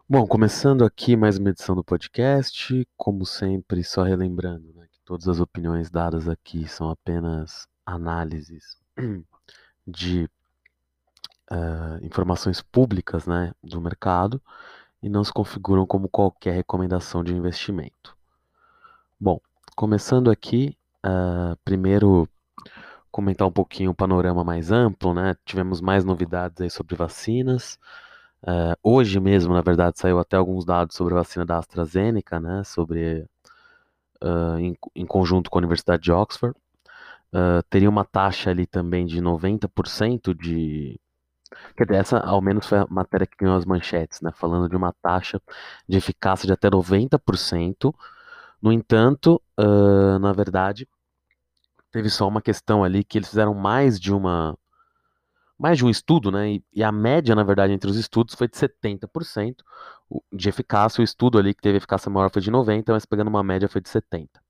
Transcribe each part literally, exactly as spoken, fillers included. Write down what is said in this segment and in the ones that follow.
Bom, começando aqui mais uma edição do podcast, como sempre, só relembrando, né, que todas as opiniões dadas aqui são apenas análises de ah, informações públicas, né, do mercado e não se configuram como qualquer recomendação de investimento. Bom, começando aqui, ah, primeiro comentar um pouquinho o panorama mais amplo, né? Tivemos mais novidades aí sobre vacinas. Eh, hoje mesmo, na verdade, saiu até alguns dados sobre a vacina da AstraZeneca, né? Sobre, ah, em, em conjunto com a Universidade de Oxford. Ah, teria uma taxa ali também de noventa por cento de. Quer dizer, essa ao menos foi a matéria que ganhou as manchetes, né? Falando de uma taxa de eficácia de até noventa por cento. No entanto, ah, na verdade, teve só uma questão ali que eles fizeram mais de uma mais de um estudo, né? E, e a média, na verdade, entre os estudos foi de setenta por cento de eficácia. O estudo ali que teve eficácia maior foi de noventa, mas pegando uma média foi de setenta.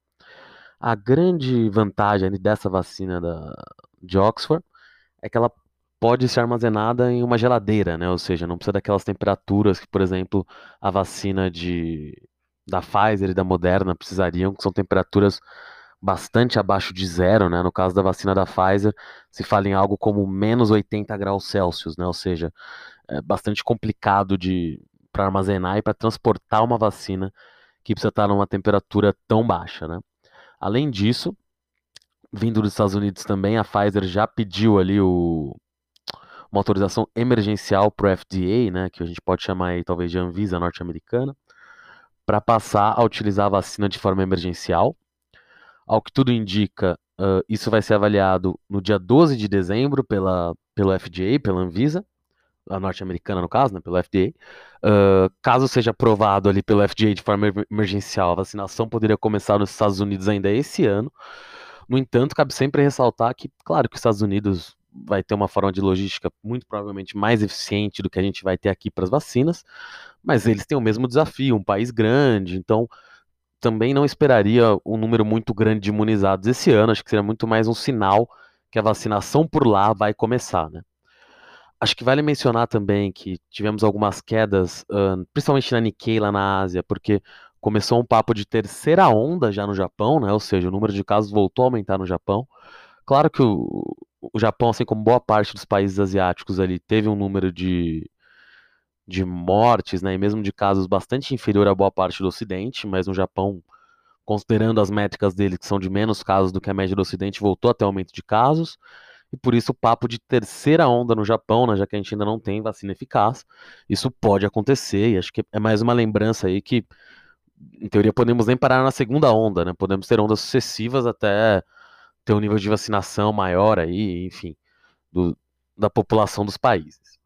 A grande vantagem dessa vacina da, de Oxford é que ela pode ser armazenada em uma geladeira, né? Ou seja, não precisa daquelas temperaturas que, por exemplo, a vacina de, da Pfizer e da Moderna precisariam, que são temperaturas bastante abaixo de zero, né? No caso da vacina da Pfizer, se fala em algo como menos oitenta graus Celsius, né? Ou seja, é bastante complicado de para armazenar e para transportar uma vacina que precisa estar numa temperatura tão baixa, né? Além disso, vindo dos Estados Unidos também, a Pfizer já pediu ali o, uma autorização emergencial para o F D A, né, que a gente pode chamar aí talvez de Anvisa norte-americana, para passar a utilizar a vacina de forma emergencial. Ao que tudo indica, uh, isso vai ser avaliado no dia doze de dezembro pela, pelo F D A, pela Anvisa, a norte-americana no caso, né, pelo F D A. Uh, caso seja aprovado ali pelo F D A de forma emergencial, a vacinação poderia começar nos Estados Unidos ainda esse ano. No entanto, cabe sempre ressaltar que, claro, que os Estados Unidos vai ter uma forma de logística muito provavelmente mais eficiente do que a gente vai ter aqui para as vacinas, mas eles têm o mesmo desafio, um país grande, então também não esperaria um número muito grande de imunizados esse ano, acho que seria muito mais um sinal que a vacinação por lá vai começar, né? Acho que vale mencionar também que tivemos algumas quedas, uh, principalmente na Nikkei lá na Ásia, porque começou um papo de terceira onda já no Japão, né? Ou seja, o número de casos voltou a aumentar no Japão. Claro que o, o Japão, assim como boa parte dos países asiáticos ali, teve um número de, de mortes, né? E mesmo de casos bastante inferior à boa parte do Ocidente, mas no Japão, considerando as métricas dele, que são de menos casos do que a média do Ocidente, voltou a ter aumento de casos. E por isso o papo de terceira onda no Japão, né, já que a gente ainda não tem vacina eficaz, isso pode acontecer, e acho que é mais uma lembrança aí que, em teoria, podemos nem parar na segunda onda, né? Podemos ter ondas sucessivas até ter um nível de vacinação maior aí, enfim, do, da população dos países.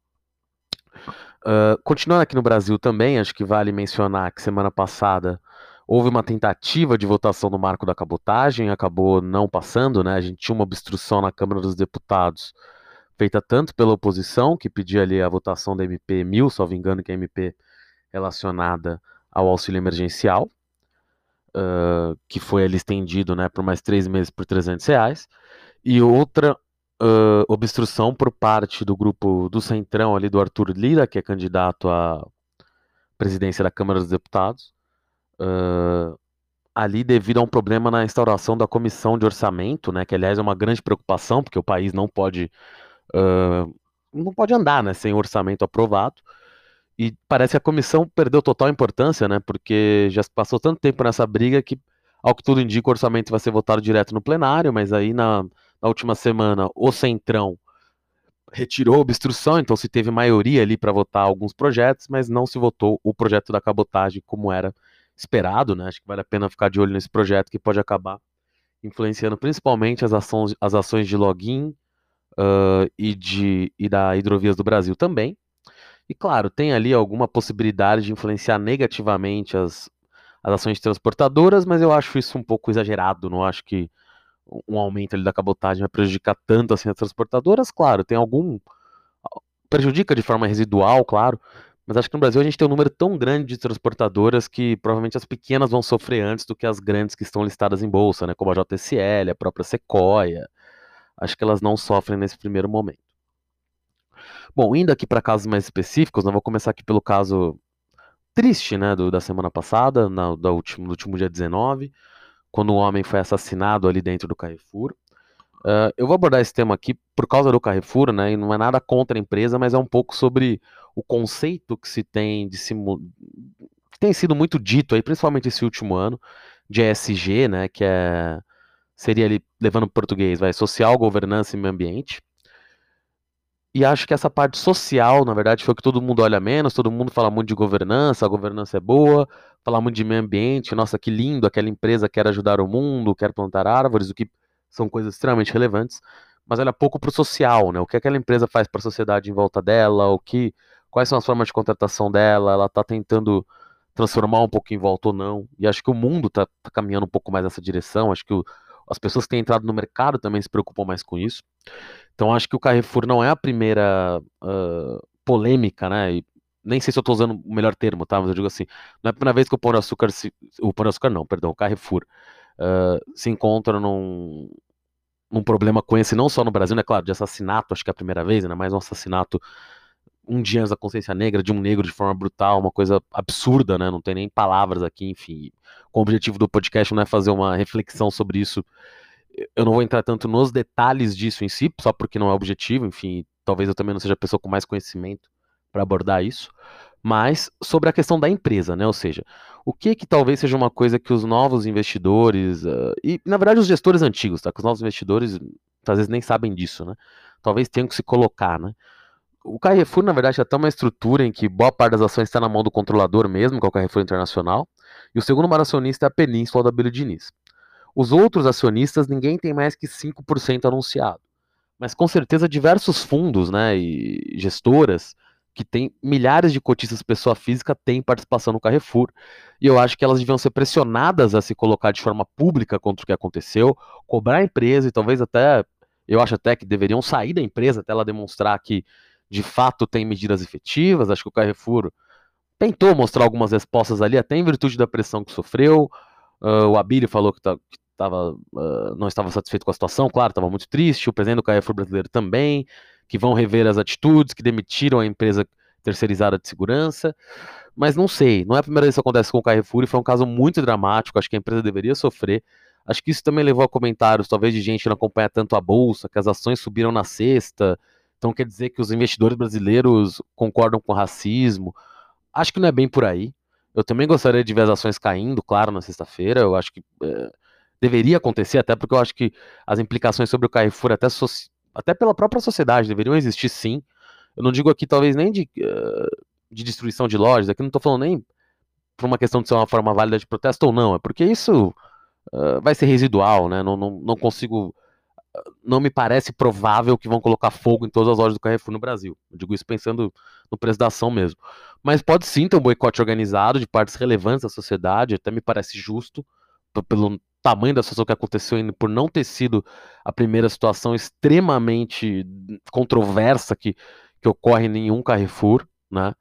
Uh, continuando aqui no Brasil também, acho que vale mencionar que semana passada houve uma tentativa de votação no marco da cabotagem, acabou não passando, né? A gente tinha uma obstrução na Câmara dos Deputados feita tanto pela oposição, que pedia ali a votação da M P mil, só me engano, que é a M P relacionada ao auxílio emergencial, uh, que foi ali estendido, né, por mais três meses por trezentos reais, e outra uh, obstrução por parte do grupo do Centrão ali, do Arthur Lira, que é candidato à presidência da Câmara dos Deputados, uh, ali devido a um problema na instauração da comissão de orçamento, né, que aliás é uma grande preocupação, porque o país não pode uh, não pode andar, né, sem orçamento aprovado. E parece que a comissão perdeu total importância, né, porque já se passou tanto tempo nessa briga que, ao que tudo indica, o orçamento vai ser votado direto no plenário, mas aí na, na última semana o Centrão retirou a obstrução, então se teve maioria ali para votar alguns projetos, mas não se votou o projeto da cabotagem como era esperado, né? Acho que vale a pena ficar de olho nesse projeto que pode acabar influenciando principalmente as ações, as ações de login uh, e, de, e da Hidrovias do Brasil também. E claro, tem ali alguma possibilidade de influenciar negativamente as, as ações de transportadoras, mas eu acho isso um pouco exagerado. Não acho que um aumento ali da cabotagem vai prejudicar tanto assim as transportadoras. Claro, tem algum. Prejudica de forma residual, claro, mas acho que no Brasil a gente tem um número tão grande de transportadoras que provavelmente as pequenas vão sofrer antes do que as grandes que estão listadas em bolsa, né? Como a J S L, a própria Sequoia. Acho que elas não sofrem nesse primeiro momento. Bom, indo aqui para casos mais específicos, né, vou começar aqui pelo caso triste, né, do, da semana passada, na, da último, no último dia dezenove, quando um homem foi assassinado ali dentro do Carrefour. Uh, eu vou abordar esse tema aqui por causa do Carrefour, né, e não é nada contra a empresa, mas é um pouco sobre o conceito que se tem de se, que tem sido muito dito aí, principalmente esse último ano, de E S G, né, que é, seria ali, levando para português, vai, social, governança e meio ambiente. E acho que essa parte social, na verdade, foi o que todo mundo olha menos, todo mundo fala muito de governança, a governança é boa, fala muito de meio ambiente, nossa, que lindo, aquela empresa quer ajudar o mundo, quer plantar árvores, o que são coisas extremamente relevantes, mas olha pouco para o social, né? O que aquela empresa faz para a sociedade em volta dela, o que, quais são as formas de contratação dela, ela está tentando transformar um pouco em volta ou não, e acho que o mundo está tá caminhando um pouco mais nessa direção, acho que o, as pessoas que têm entrado no mercado também se preocupam mais com isso. Então acho que o Carrefour não é a primeira uh, polêmica, né? E nem sei se eu estou usando o melhor termo, tá? Mas eu digo assim, não é a primeira vez que o Pão de Açúcar, se, o Pão de Açúcar não, perdão, o Carrefour uh, se encontra num, num problema com esse, não só no Brasil, né? Claro, de assassinato, acho que é a primeira vez, né? Mais um assassinato um dia antes da consciência negra, de um negro de forma brutal, uma coisa absurda, né? Não tem nem palavras aqui, enfim. Com o objetivo do podcast não é fazer uma reflexão sobre isso, eu não vou entrar tanto nos detalhes disso em si, só porque não é objetivo, enfim, talvez eu também não seja a pessoa com mais conhecimento para abordar isso, mas sobre a questão da empresa, né? Ou seja, o que que talvez seja uma coisa que os novos investidores, uh, e na verdade os gestores antigos, tá? Que os novos investidores às vezes nem sabem disso, né? Talvez tenham que se colocar, né? O Carrefour, na verdade, já tem uma estrutura em que boa parte das ações está na mão do controlador mesmo, que é o Carrefour Internacional, e o segundo maior acionista é a Península da Abílio Diniz. Os outros acionistas, ninguém tem mais que cinco por cento anunciado. Mas com certeza diversos fundos, né, e gestoras que têm milhares de cotistas pessoa física têm participação no Carrefour. E eu acho que elas deviam ser pressionadas a se colocar de forma pública contra o que aconteceu, cobrar a empresa e talvez até, eu acho até que deveriam sair da empresa até ela demonstrar que de fato tem medidas efetivas. Acho que o Carrefour tentou mostrar algumas respostas ali, até em virtude da pressão que sofreu. Uh, o Abílio falou que, tá, que tava, uh, não estava satisfeito com a situação, claro, estava muito triste. O presidente do Carrefour brasileiro também, que vão rever as atitudes, que demitiram a empresa terceirizada de segurança. Mas não sei, não é a primeira vez que isso acontece com o Carrefour e foi um caso muito dramático. Acho que a empresa deveria sofrer. Acho que isso também levou a comentários, talvez, de gente que não acompanha tanto a bolsa, que as ações subiram na sexta. Então quer dizer que os investidores brasileiros concordam com o racismo. Acho que não é bem por aí. Eu também gostaria de ver as ações caindo, claro, na sexta-feira. Eu acho que é, deveria acontecer, até porque eu acho que as implicações sobre o Carrefour, até, so até pela própria sociedade, deveriam existir sim. Eu não digo aqui, talvez, nem de, uh, de destruição de lojas, aqui não estou falando nem por uma questão de ser uma forma válida de protesto ou não, é porque isso uh, vai ser residual, né? Não, não, não consigo. Não me parece provável que vão colocar fogo em todas as lojas do Carrefour no Brasil. Eu digo isso pensando no preço da ação mesmo. Mas pode sim ter um boicote organizado de partes relevantes da sociedade, até me parece justo, pelo tamanho da situação que aconteceu e por não ter sido a primeira situação extremamente controversa que, que ocorre em nenhum Carrefour, né?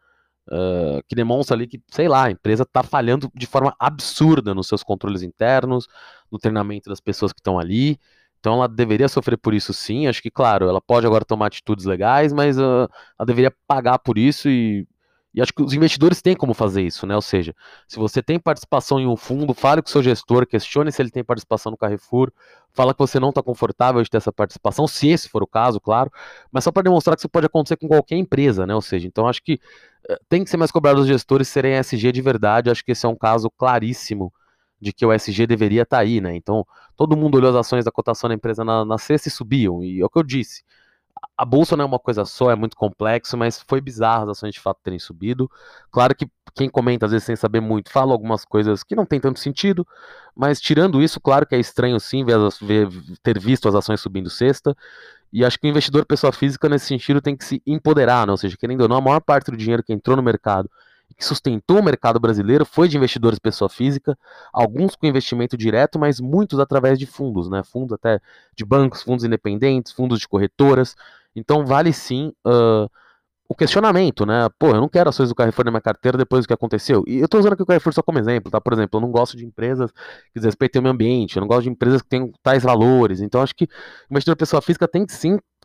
Uh, que demonstra ali que, sei lá, a empresa está falhando de forma absurda nos seus controles internos, no treinamento das pessoas que estão ali. Então ela deveria sofrer por isso sim. Acho que, claro, ela pode agora tomar atitudes legais, mas uh, ela deveria pagar por isso e, e acho que os investidores têm como fazer isso, né? Ou seja, se você tem participação em um fundo, fale com o seu gestor, questione se ele tem participação no Carrefour, fala que você não está confortável de ter essa participação, se esse for o caso, claro, mas só para demonstrar que isso pode acontecer com qualquer empresa, né? Ou seja, então acho que uh, tem que ser mais cobrado os gestores serem S G de verdade. Acho que esse é um caso claríssimo de que o S G deveria estar tá aí, né? Então, todo mundo olhou as ações da cotação da empresa na, na sexta e subiam, e é o que eu disse. A bolsa não é uma coisa só, é muito complexo, mas foi bizarro as ações de fato terem subido. Claro que quem comenta, às vezes sem saber muito, fala algumas coisas que não tem tanto sentido, mas tirando isso, claro que é estranho sim ver, ver, ter visto as ações subindo sexta, e acho que o investidor pessoa física nesse sentido tem que se empoderar, né? Ou seja, querendo ou não, a maior parte do dinheiro que entrou no mercado que sustentou o mercado brasileiro foi de investidores pessoa física, alguns com investimento direto, mas muitos através de fundos, né? Fundos até de bancos, fundos independentes, fundos de corretoras. Então vale sim uh, o questionamento, né? Pô, eu não quero ações do Carrefour na minha carteira depois do que aconteceu. E eu tô usando aqui o Carrefour só como exemplo, tá? Por exemplo, eu não gosto de empresas que respeitem o meio ambiente, eu não gosto de empresas que tenham tais valores. Então acho que o investidor pessoa física tem que sim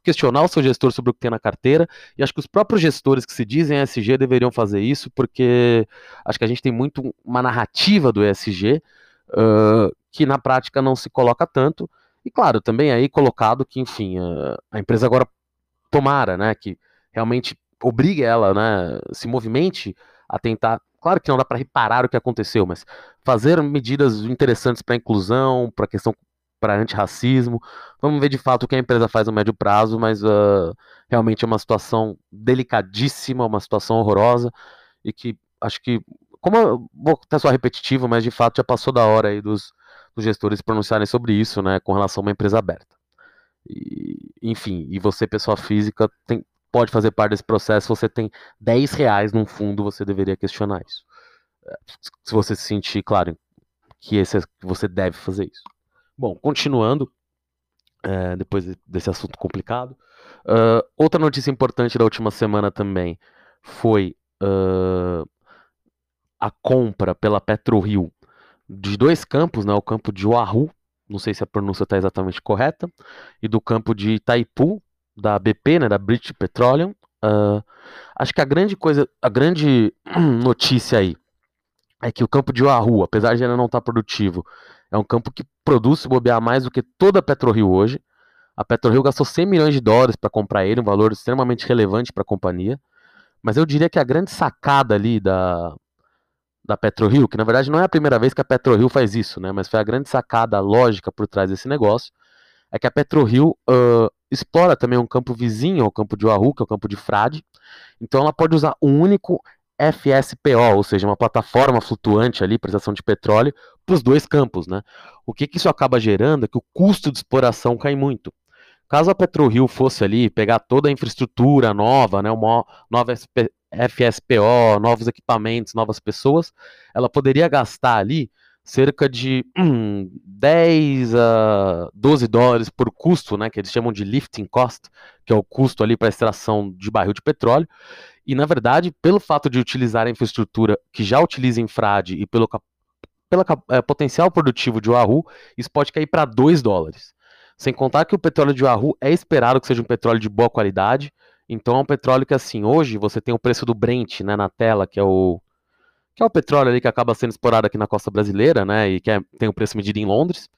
questionar o seu gestor sobre o que tem na carteira, e acho que os próprios gestores que se dizem E S G deveriam fazer isso, porque acho que a gente tem muito uma narrativa do E S G uh, que na prática não se coloca tanto, e claro, também aí colocado que, enfim, uh, a empresa agora tomara, né, que realmente obrigue ela, né, se movimente a tentar, claro que não dá para reparar o que aconteceu, mas fazer medidas interessantes para a inclusão, para a questão, para antirracismo. Vamos ver de fato o que a empresa faz no médio prazo, mas uh, realmente é uma situação delicadíssima, uma situação horrorosa, e que acho que, como eu vou até só repetitivo, mas de fato já passou da hora aí dos, dos gestores pronunciarem sobre isso, né, com relação a uma empresa aberta. E, enfim, e você, pessoa física, tem, pode fazer parte desse processo. Se você tem dez reais num fundo, você deveria questionar isso. Se você se sentir, claro, que, esse, que você deve fazer isso. Bom, continuando, é, depois desse assunto complicado, uh, outra notícia importante da última semana também foi uh, a compra pela PetroRio de dois campos, né, o campo de Wahoo, não sei se a pronúncia está exatamente correta, e do campo de Itaipu, da B P, né, da British Petroleum. Uh, acho que a grande coisa, a grande notícia aí é que o campo de Wahoo, apesar de ainda não estar produtivo, é um campo que produz, se bobear, mais do que toda a PetroRio hoje. A PetroRio gastou cem milhões de dólares para comprar ele, um valor extremamente relevante para a companhia. Mas eu diria que a grande sacada ali da, da PetroRio, que na verdade não é a primeira vez que a PetroRio faz isso, né, mas foi a grande sacada lógica por trás desse negócio, é que a PetroRio uh, explora também um campo vizinho ao campo de Wahoo, que é o campo de Frade. Então ela pode usar um único F S P O, ou seja, uma plataforma flutuante ali, para extração de petróleo, para os dois campos, né? O que, que isso acaba gerando é que o custo de exploração cai muito. Caso a PetroRio fosse ali pegar toda a infraestrutura nova, né, uma nova F S P O, novos equipamentos, novas pessoas, ela poderia gastar ali cerca de hum, dez a doze dólares por custo, né, que eles chamam de lifting cost, que é o custo ali para extração de barril de petróleo. E na verdade, pelo fato de utilizar a infraestrutura que já utiliza em Frade e pelo pelo é, potencial produtivo de Wahoo, isso pode cair para dois dólares. Sem contar que o petróleo de Wahoo é esperado que seja um petróleo de boa qualidade. Então é um petróleo que, assim, hoje você tem o preço do Brent, né, na tela, que é o que é o petróleo ali que acaba sendo explorado aqui na costa brasileira, né, e que é, tem o preço medido em Londres.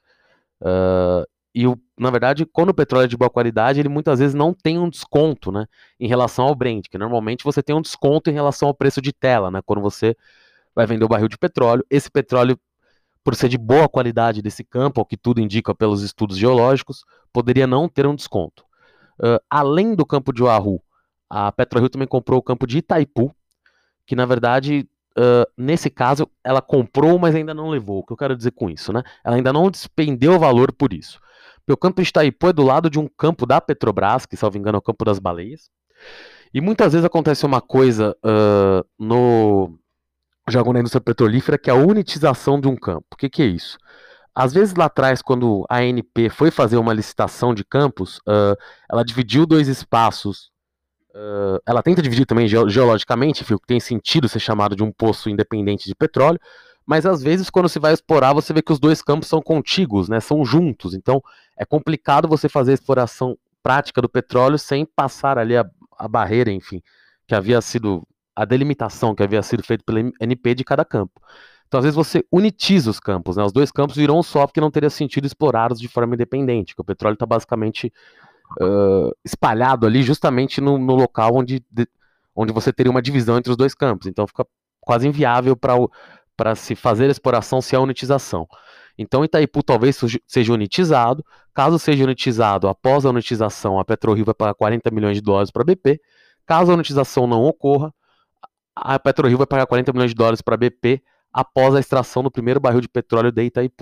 Uh, e, o, na verdade, quando o petróleo é de boa qualidade, ele muitas vezes não tem um desconto, né, em relação ao Brent, que normalmente você tem um desconto em relação ao preço de tela, né, quando você vai vender o barril de petróleo. Esse petróleo, por ser de boa qualidade desse campo, ao que tudo indica pelos estudos geológicos, poderia não ter um desconto. Uh, além do campo de Wahoo, a PetroRio também comprou o campo de Itaipu, que na verdade, uh, nesse caso, ela comprou, mas ainda não levou. O que eu quero dizer com isso, né? Ela ainda não despendeu valor por isso. Porque o campo de Itaipu é do lado de um campo da Petrobras, que, salvo engano, é o campo das baleias. E muitas vezes acontece uma coisa uh, no jargão da indústria petrolífera, que é a unitização de um campo. O que, que é isso? Às vezes lá atrás, quando a ANP foi fazer uma licitação de campos, uh, ela dividiu dois espaços. Uh, ela tenta dividir também geologicamente, enfim, o que tem sentido ser chamado de um poço independente de petróleo, mas às vezes quando você vai explorar, você vê que os dois campos são contíguos, né, são juntos, então é complicado você fazer a exploração prática do petróleo sem passar ali a, a barreira, enfim, que havia sido, a delimitação que havia sido feita pela A N P de cada campo. Então, às vezes, você unitiza os campos, né? Os dois campos viram um só, porque não teria sentido explorá-los de forma independente, que o petróleo está basicamente uh, espalhado ali justamente no, no local onde, de, onde você teria uma divisão entre os dois campos. Então, fica quase inviável para se fazer a exploração se há unitização. Então, Itaipu talvez seja unitizado. Caso seja unitizado, após a unitização, a PetroRio vai pagar quarenta milhões de dólares para a B P. Caso a unitização não ocorra, a PetroRio vai pagar quarenta milhões de dólares para a B P após a extração do primeiro barril de petróleo de Itaipu.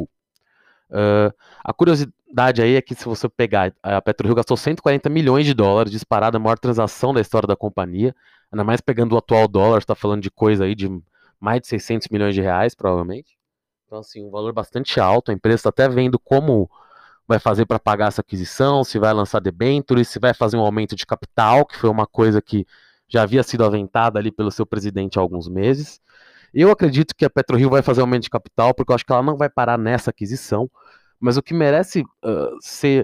Uh, a curiosidade aí é que se você pegar, a PetroRio gastou cento e quarenta milhões de dólares, disparada a maior transação da história da companhia, ainda mais pegando o atual dólar, está falando de coisa aí de mais de seiscentos milhões de reais, provavelmente. Então, assim, um valor bastante alto. A empresa está até vendo como vai fazer para pagar essa aquisição, se vai lançar debêntures, se vai fazer um aumento de capital, que foi uma coisa que já havia sido aventada ali pelo seu presidente há alguns meses. Eu acredito que a PetroRio vai fazer aumento de capital, porque eu acho que ela não vai parar nessa aquisição, mas o que merece uh, ser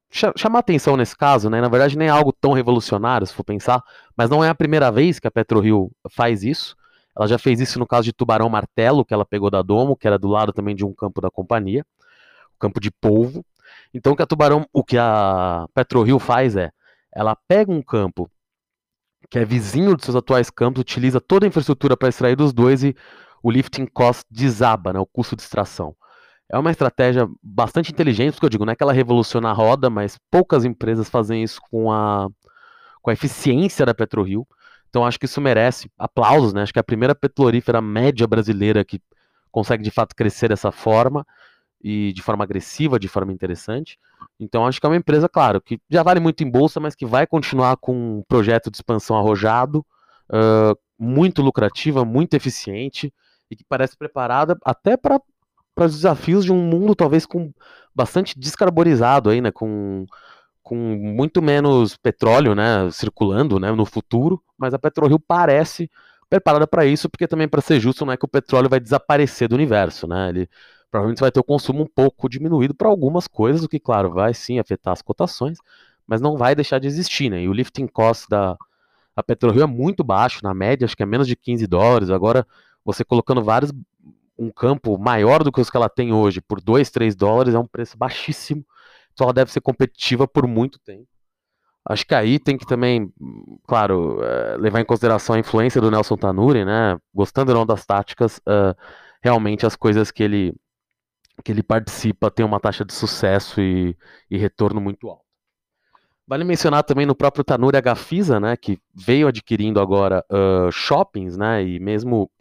chamar atenção nesse caso, né? Na verdade, nem é algo tão revolucionário, se for pensar, mas não é a primeira vez que a PetroRio faz isso. Ela já fez isso no caso de Tubarão Martelo, que ela pegou da Domo, que era do lado também de um campo da companhia, o campo de polvo. Então, o que a Tubarão, o que a PetroRio faz é, ela pega um campo que é vizinho dos seus atuais campos, utiliza toda a infraestrutura para extrair dos dois e o lifting cost desaba, né, o custo de extração. É uma estratégia bastante inteligente, porque eu digo, não é que ela revoluciona a roda, mas poucas empresas fazem isso com a, com a eficiência da PetroRio. Então acho que isso merece aplausos, né? Acho que é a primeira petrolífera média brasileira que consegue de fato crescer dessa forma e de forma agressiva, de forma interessante. Então acho que é uma empresa, claro, que já vale muito em bolsa, mas que vai continuar com um projeto de expansão arrojado, uh, muito lucrativa, muito eficiente e que parece preparada até para para os desafios de um mundo talvez com bastante descarbonizado aí, né, com, com muito menos petróleo, né, circulando, né, no futuro, mas a PetroRio parece preparada para isso, porque também, para ser justo, não é que o petróleo vai desaparecer do universo, né, ele provavelmente vai ter o consumo um pouco diminuído para algumas coisas, o que, claro, vai sim afetar as cotações, mas não vai deixar de existir, né, e o lifting cost da a PetroRio é muito baixo, na média, acho que é menos de quinze dólares, agora você colocando vários um campo maior do que os que ela tem hoje por dois, três dólares é um preço baixíssimo, então ela deve ser competitiva por muito tempo. Acho que aí tem que também, claro, é, levar em consideração a influência do Nelson Tanuri, né? Gostando ou não das táticas, uh, realmente as coisas que ele, que ele participa têm uma taxa de sucesso e, e retorno muito alto. Vale mencionar também no próprio Tanuri a Gafisa, né? Que veio adquirindo agora uh, shoppings, né? E mesmo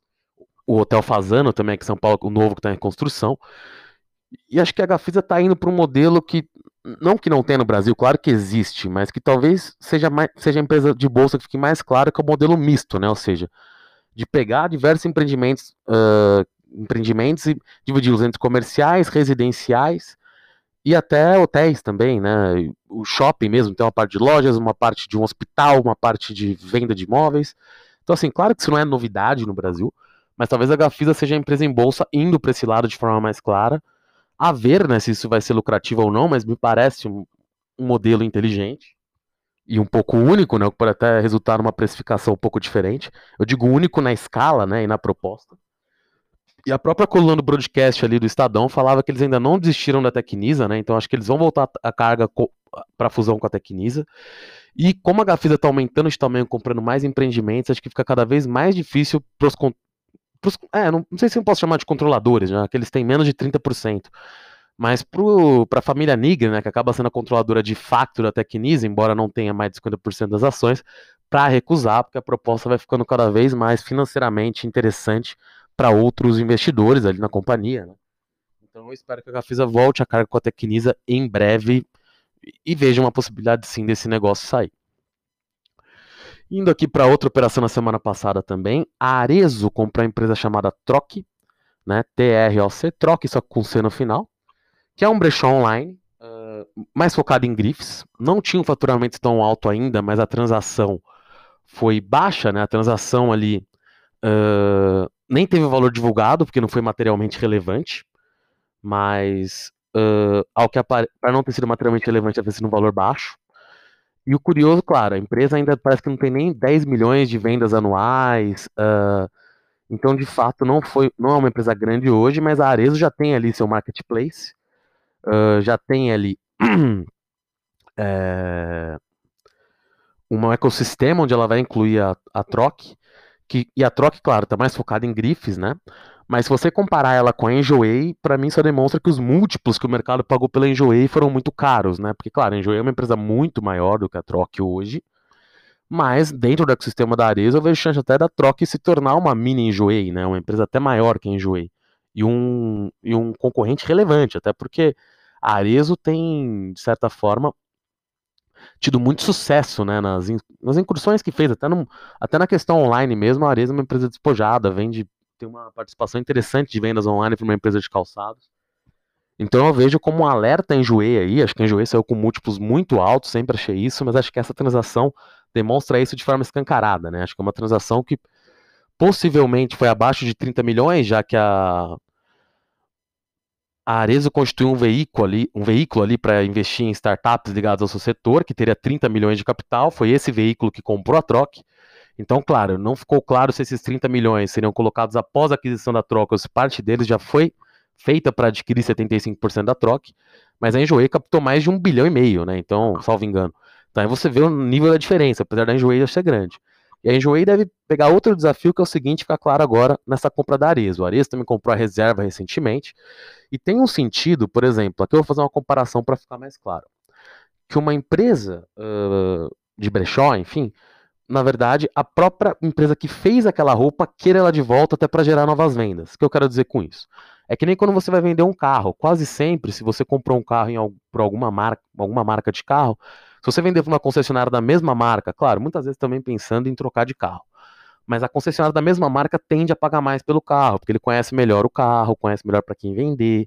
o Hotel Fazano também aqui em São Paulo, o novo que está em construção. E acho que a Gafisa está indo para um modelo que, não que não tenha no Brasil, claro que existe, mas que talvez seja, mais, seja a empresa de bolsa que fique mais claro que é o modelo misto, né? Ou seja, de pegar diversos empreendimentos, uh, empreendimentos e dividi-los entre comerciais, residenciais e até hotéis também, né? O shopping mesmo tem uma parte de lojas, uma parte de um hospital, uma parte de venda de imóveis. Então, assim, claro que isso não é novidade no Brasil, mas talvez a Gafisa seja a empresa em bolsa indo para esse lado de forma mais clara. A ver, né, se isso vai ser lucrativo ou não, mas me parece um, um modelo inteligente e um pouco único, né, que pode até resultar numa precificação um pouco diferente. Eu digo único na escala, né, e na proposta. E a própria coluna do broadcast ali do Estadão falava que eles ainda não desistiram da Tecnisa, né, então acho que eles vão voltar a carga para fusão com a Tecnisa. E como a Gafisa está aumentando de tamanho, comprando mais empreendimentos, acho que fica cada vez mais difícil para os Pros, é, não, não sei se eu posso chamar de controladores, já que eles têm menos de trinta por cento. Mas para a família Nigre, né, que acaba sendo a controladora de facto da Tecnisa, embora não tenha mais de cinquenta por cento das ações, para recusar, porque a proposta vai ficando cada vez mais financeiramente interessante para outros investidores ali na companhia. Né? Então eu espero que a Gafisa volte a carga com a Tecnisa em breve e veja uma possibilidade sim desse negócio sair. Indo aqui para outra operação na semana passada também, a Arezzo comprou a empresa chamada Troc, né, T R O C, Troc, só com C no final, que é um brechó online, uh, mais focado em grifes, não tinha um faturamento tão alto ainda, mas a transação foi baixa, né, a transação ali uh, nem teve o valor divulgado, porque não foi materialmente relevante, mas uh, ao que para não ter sido materialmente relevante, havia sido um valor baixo. E o curioso, claro, a empresa ainda parece que não tem nem dez milhões de vendas anuais, uh, então de fato não foi, não é uma empresa grande hoje, mas a Arezzo já tem ali seu marketplace, uh, já tem ali é, um ecossistema onde ela vai incluir a, a Troc, que, e a Troc, claro, está mais focada em grifes, né? Mas se você comparar ela com a Enjoei, para mim só demonstra que os múltiplos que o mercado pagou pela Enjoei foram muito caros, né? Porque, claro, a Enjoei é uma empresa muito maior do que a Troc hoje, mas dentro do ecossistema da Arezzo eu vejo chance até da Troc se tornar uma mini Enjoei, né? Uma empresa até maior que a Enjoei. E um, e um concorrente relevante, até porque a Arezzo tem, de certa forma, tido muito sucesso, né, nas, nas incursões que fez, até, no, até na questão online mesmo, a Arezzo é uma empresa despojada, vende, tem uma participação interessante de vendas online para uma empresa de calçados. Então eu vejo como um alerta em Enjoei aí, acho que a Enjoei saiu com múltiplos muito altos, sempre achei isso, mas acho que essa transação demonstra isso de forma escancarada, né, acho que é uma transação que possivelmente foi abaixo de trinta milhões, já que a a Arezzo constitui um veículo ali, um veículo ali para investir em startups ligadas ao seu setor, que teria trinta milhões de capital. Foi esse veículo que comprou a Troc. Então, claro, não ficou claro se esses trinta milhões seriam colocados após a aquisição da Troc ou se parte deles já foi feita para adquirir setenta e cinco por cento da Troc, mas a Enjoei captou mais de um bilhão e meio, né? Então, salvo engano. Então aí você vê o nível da diferença, apesar da Enjoei ser grande. E a Enjoei deve pegar outro desafio, que é o seguinte, ficar claro agora nessa compra da Arezzo. A Arezzo também comprou a reserva recentemente, e tem um sentido, por exemplo, aqui eu vou fazer uma comparação para ficar mais claro, que uma empresa uh, de brechó, enfim, na verdade, a própria empresa que fez aquela roupa queira ela de volta até para gerar novas vendas. O que eu quero dizer com isso? É que nem quando você vai vender um carro. Quase sempre, se você comprou um carro em, por alguma marca, alguma marca de carro, se você vender para uma concessionária da mesma marca, claro, muitas vezes também pensando em trocar de carro, mas a concessionária da mesma marca tende a pagar mais pelo carro, porque ele conhece melhor o carro, conhece melhor para quem vender,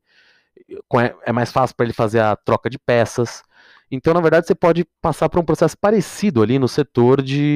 é mais fácil para ele fazer a troca de peças. Então, na verdade, você pode passar por um processo parecido ali no setor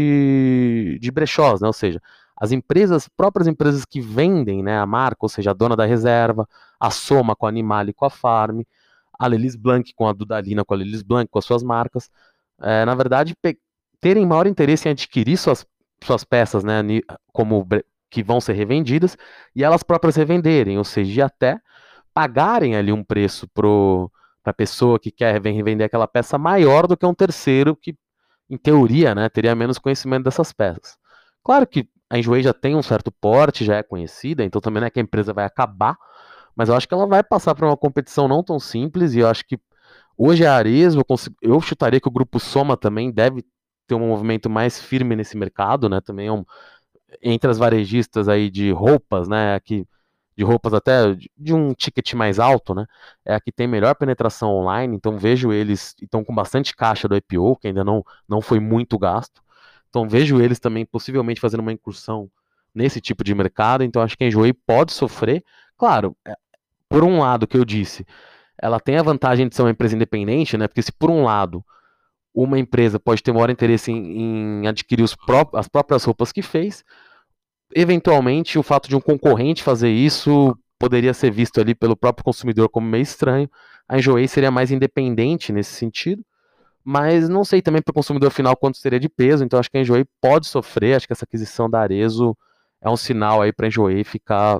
de, de brechós, né? Ou seja, as empresas, próprias empresas que vendem, né, a marca, ou seja, a dona da reserva, a Soma com a Animale e com a Farm, a Lelis Blanc com a Dudalina com a Lelis Blanc, com as suas marcas, é, na verdade, terem maior interesse em adquirir suas, suas peças, né, como que vão ser revendidas, e elas próprias revenderem, ou seja, até pagarem ali um preço para a pessoa que quer revender aquela peça maior do que um terceiro que, em teoria, né, teria menos conhecimento dessas peças. Claro que a Enjoei já tem um certo porte, já é conhecida, então também não é que a empresa vai acabar, mas eu acho que ela vai passar por uma competição não tão simples, e eu acho que hoje a Arezzo, eu, consigo, eu chutaria que o Grupo Soma também deve ter um movimento mais firme nesse mercado, né, também é um, entre as varejistas aí de roupas, né, que de roupas até de um ticket mais alto, né, é a que tem melhor penetração online, então vejo eles, estão com bastante caixa do I P O, que ainda não, não foi muito gasto, então vejo eles também possivelmente fazendo uma incursão nesse tipo de mercado, então acho que a Enjoei pode sofrer, claro, por um lado que eu disse, ela tem a vantagem de ser uma empresa independente, né, porque se por um lado uma empresa pode ter maior interesse em, em adquirir os pró as próprias roupas que fez, eventualmente o fato de um concorrente fazer isso poderia ser visto ali pelo próprio consumidor como meio estranho. A Enjoei seria mais independente nesse sentido, mas não sei também para o consumidor final quanto seria de peso, então acho que a Enjoei pode sofrer, acho que essa aquisição da Arezzo é um sinal aí para a Enjoei ficar,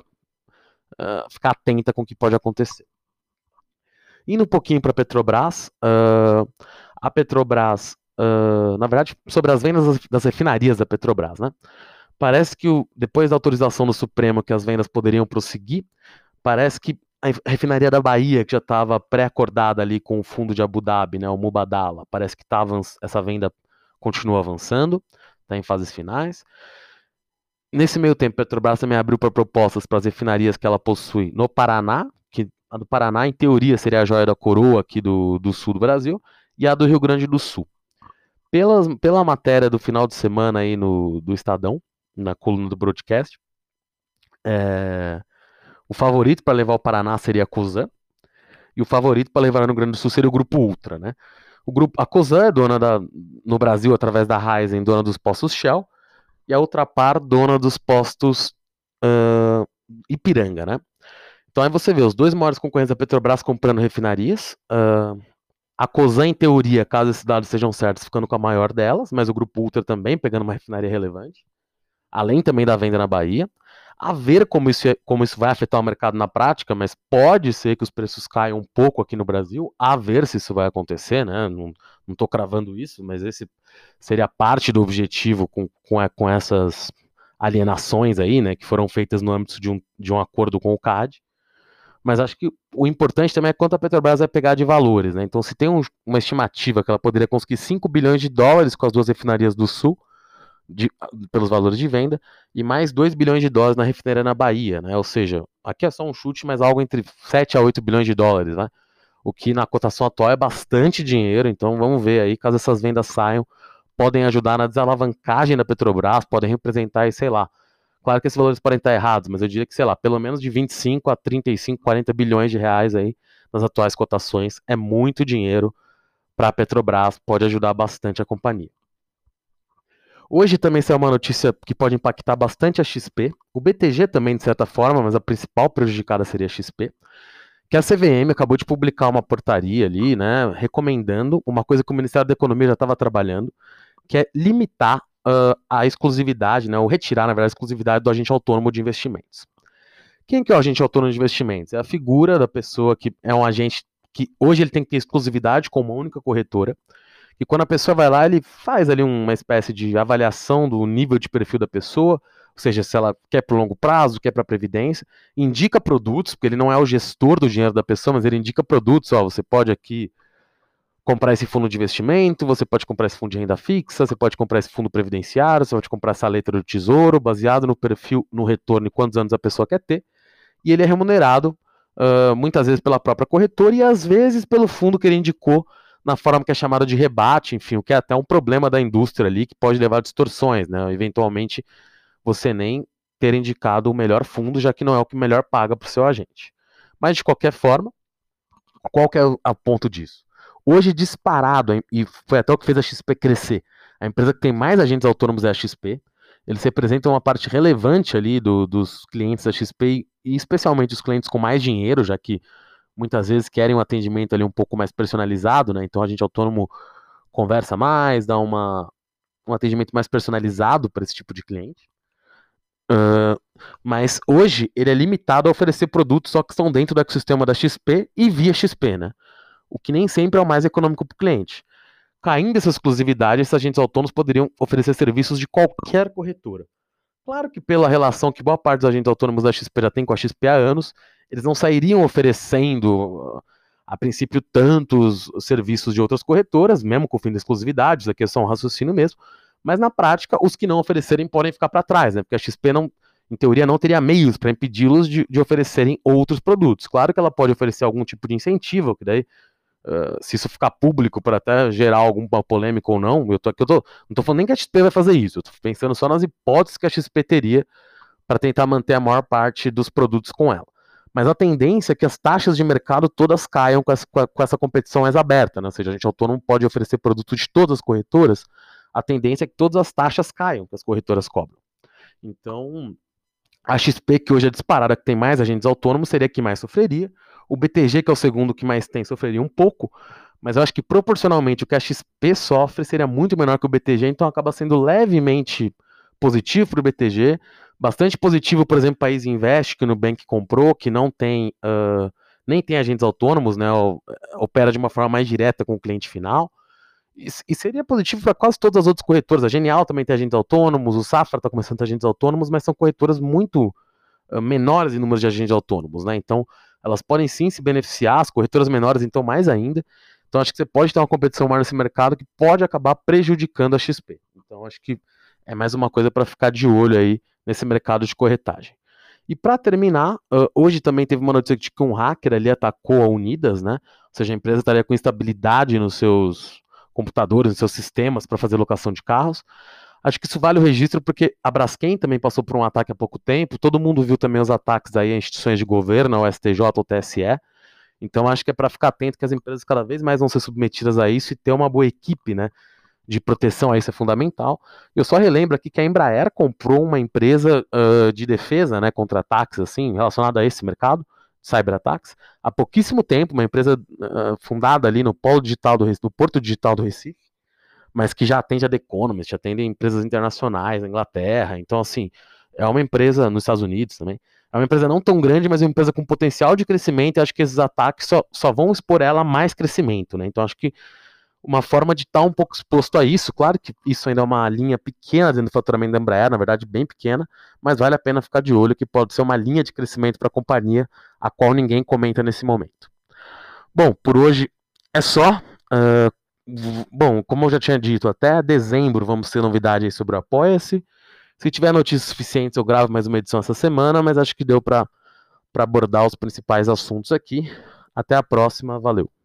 uh, ficar atenta com o que pode acontecer. Indo um pouquinho para a Petrobras, uh, a Petrobras, uh, na verdade, sobre as vendas das, das refinarias da Petrobras, né? Parece que o, depois da autorização do Supremo que as vendas poderiam prosseguir, parece que a refinaria da Bahia, que já estava pré-acordada ali com o fundo de Abu Dhabi, né, o Mubadala, parece que tava, essa venda continua avançando, está em fases finais. Nesse meio tempo, a Petrobras também abriu para propostas para as refinarias que ela possui no Paraná, que a do Paraná, em teoria, seria a joia da coroa aqui do, do sul do Brasil, e a do Rio Grande do Sul. Pelas, pela matéria do final de semana aí no, do Estadão, na coluna do broadcast, é, o favorito para levar o Paraná seria a Cosan, e o favorito para levar no Rio Grande do Sul seria o Grupo Ultra, né? O grupo, a Cosan é dona da, no Brasil, através da Raízen, dona dos postos Shell, e a Ultrapar, dona dos postos uh, Ipiranga, né? Então aí você vê os dois maiores concorrentes da Petrobras comprando refinarias, uh, a Cosan, em teoria, caso esses dados sejam certos, ficando com a maior delas, mas o Grupo Ultra também pegando uma refinaria relevante, além também da venda na Bahia. A ver como isso, como isso vai afetar o mercado na prática, mas pode ser que os preços caiam um pouco aqui no Brasil, a ver se isso vai acontecer, né? Não estou cravando isso, mas esse seria parte do objetivo com, com, com essas alienações aí, né, que foram feitas no âmbito de um, de um acordo com o C A D. Mas acho que o importante também é quanto a Petrobras vai pegar de valores, né? Então, se tem um, uma estimativa que ela poderia conseguir cinco bilhões de dólares com as duas refinarias do Sul, De, pelos valores de venda, e mais dois bilhões de dólares na refinaria na Bahia, né? Ou seja, aqui é só um chute, mas algo entre sete a oito bilhões de dólares, né? O que na cotação atual é bastante dinheiro, então vamos ver aí, caso essas vendas saiam, podem ajudar na desalavancagem da Petrobras, podem representar aí, sei lá, claro que esses valores podem estar errados, mas eu diria que, sei lá, pelo menos de vinte e cinco a trinta e cinco, quarenta bilhões de reais aí nas atuais cotações, é muito dinheiro para a Petrobras, pode ajudar bastante a companhia. Hoje também saiu uma notícia que pode impactar bastante a X P, o B T G também de certa forma, mas a principal prejudicada seria a X P, que a C V M acabou de publicar uma portaria ali, né, recomendando uma coisa que o Ministério da Economia já estava trabalhando, que é limitar uh, a exclusividade, né, ou retirar, na verdade, a exclusividade do agente autônomo de investimentos. Quem que é o agente autônomo de investimentos? É a figura da pessoa que é um agente que hoje ele tem que ter exclusividade com uma única corretora, e quando a pessoa vai lá, ele faz ali uma espécie de avaliação do nível de perfil da pessoa, ou seja, se ela quer para longo prazo, quer para previdência, indica produtos, porque ele não é o gestor do dinheiro da pessoa, mas ele indica produtos, ó, você pode aqui comprar esse fundo de investimento, você pode comprar esse fundo de renda fixa, você pode comprar esse fundo previdenciário, você pode comprar essa letra do tesouro, baseado no perfil, no retorno e quantos anos a pessoa quer ter, e ele é remunerado uh, muitas vezes pela própria corretora e às vezes pelo fundo que ele indicou na forma que é chamada de rebate, enfim, o que é até um problema da indústria ali, que pode levar a distorções, né? Eventualmente, você nem ter indicado o melhor fundo, já que não é o que melhor paga para o seu agente. Mas, de qualquer forma, qual que é o ponto disso? Hoje, disparado, e foi até o que fez a X P crescer, a empresa que tem mais agentes autônomos é a X P, eles representam uma parte relevante ali do, dos clientes da X P, e especialmente os clientes com mais dinheiro, já que muitas vezes querem um atendimento ali um pouco mais personalizado, né? Então a gente autônomo conversa mais, dá uma, um atendimento mais personalizado para esse tipo de cliente. Uh, mas hoje ele é limitado a oferecer produtos só que estão dentro do ecossistema da X P e via X P, né? O que nem sempre é o mais econômico para o cliente. Caindo essa exclusividade, esses agentes autônomos poderiam oferecer serviços de qualquer corretora. Claro que pela relação que boa parte dos agentes autônomos da X P já tem com a X P há anos, eles não sairiam oferecendo, a princípio, tantos serviços de outras corretoras, mesmo com o fim da exclusividade, isso aqui é só um raciocínio mesmo, mas na prática, os que não oferecerem podem ficar para trás, né? Porque a X P, não, em teoria, não teria meios para impedi-los de, de oferecerem outros produtos. Claro que ela pode oferecer algum tipo de incentivo, que daí Uh, se isso ficar público para até gerar alguma polêmica ou não, eu tô aqui, eu tô, não estou falando nem que a X P vai fazer isso, eu estou pensando só nas hipóteses que a X P teria para tentar manter a maior parte dos produtos com ela. Mas a tendência é que as taxas de mercado todas caiam com essa, com essa competição mais aberta, né? Ou seja, a gente autônomo pode oferecer produtos de todas as corretoras, a tendência é que todas as taxas caiam que as corretoras cobram. Então, a X P, que hoje é disparada, que tem mais agentes autônomos, seria a que mais sofreria. O B T G, que é o segundo que mais tem, sofreria um pouco, mas eu acho que proporcionalmente o que a X P sofre seria muito menor que o B T G, então acaba sendo levemente positivo para o B T G, bastante positivo, por exemplo, para a Easy Invest, que o Nubank comprou, que não tem, uh, nem tem agentes autônomos, né, opera de uma forma mais direta com o cliente final, e, e seria positivo para quase todas as outras corretoras. A Genial também tem agentes autônomos, o Safra está começando a ter agentes autônomos, mas são corretoras muito uh, menores em número de agentes autônomos, né, então elas podem sim se beneficiar, as corretoras menores então mais ainda. Então acho que você pode ter uma competição maior nesse mercado que pode acabar prejudicando a X P. Então acho que é mais uma coisa para ficar de olho aí nesse mercado de corretagem. E para terminar, uh, hoje também teve uma notícia de que um hacker ali atacou a Unidas, né? Ou seja, a empresa estaria com instabilidade nos seus computadores, nos seus sistemas para fazer locação de carros. Acho que isso vale o registro porque a Braskem também passou por um ataque há pouco tempo, todo mundo viu também os ataques aí a instituições de governo, ao S T J ou T S E, então acho que é para ficar atento que as empresas cada vez mais vão ser submetidas a isso e ter uma boa equipe, né, de proteção a isso é fundamental. Eu só relembro aqui que a Embraer comprou uma empresa uh, de defesa, né, contra ataques, assim, relacionada a esse mercado, cyberataques, há pouquíssimo tempo, uma empresa uh, fundada ali no polo digital do no Porto Digital do Recife, mas que já atende a The Economist, atende empresas internacionais na Inglaterra, então assim, é uma empresa nos Estados Unidos também, é uma empresa não tão grande, mas é uma empresa com potencial de crescimento, e acho que esses ataques só, só vão expor ela a mais crescimento, né, então acho que uma forma de estar um pouco exposto a isso, claro que isso ainda é uma linha pequena dentro do faturamento da Embraer, na verdade bem pequena, mas vale a pena ficar de olho que pode ser uma linha de crescimento para a companhia, a qual ninguém comenta nesse momento. Bom, por hoje é só. Uh, bom, como eu já tinha dito, até dezembro vamos ter novidade aí sobre o Apoia-se. Se tiver notícias suficientes, eu gravo mais uma edição essa semana, mas acho que deu para abordar os principais assuntos aqui. Até a próxima, valeu.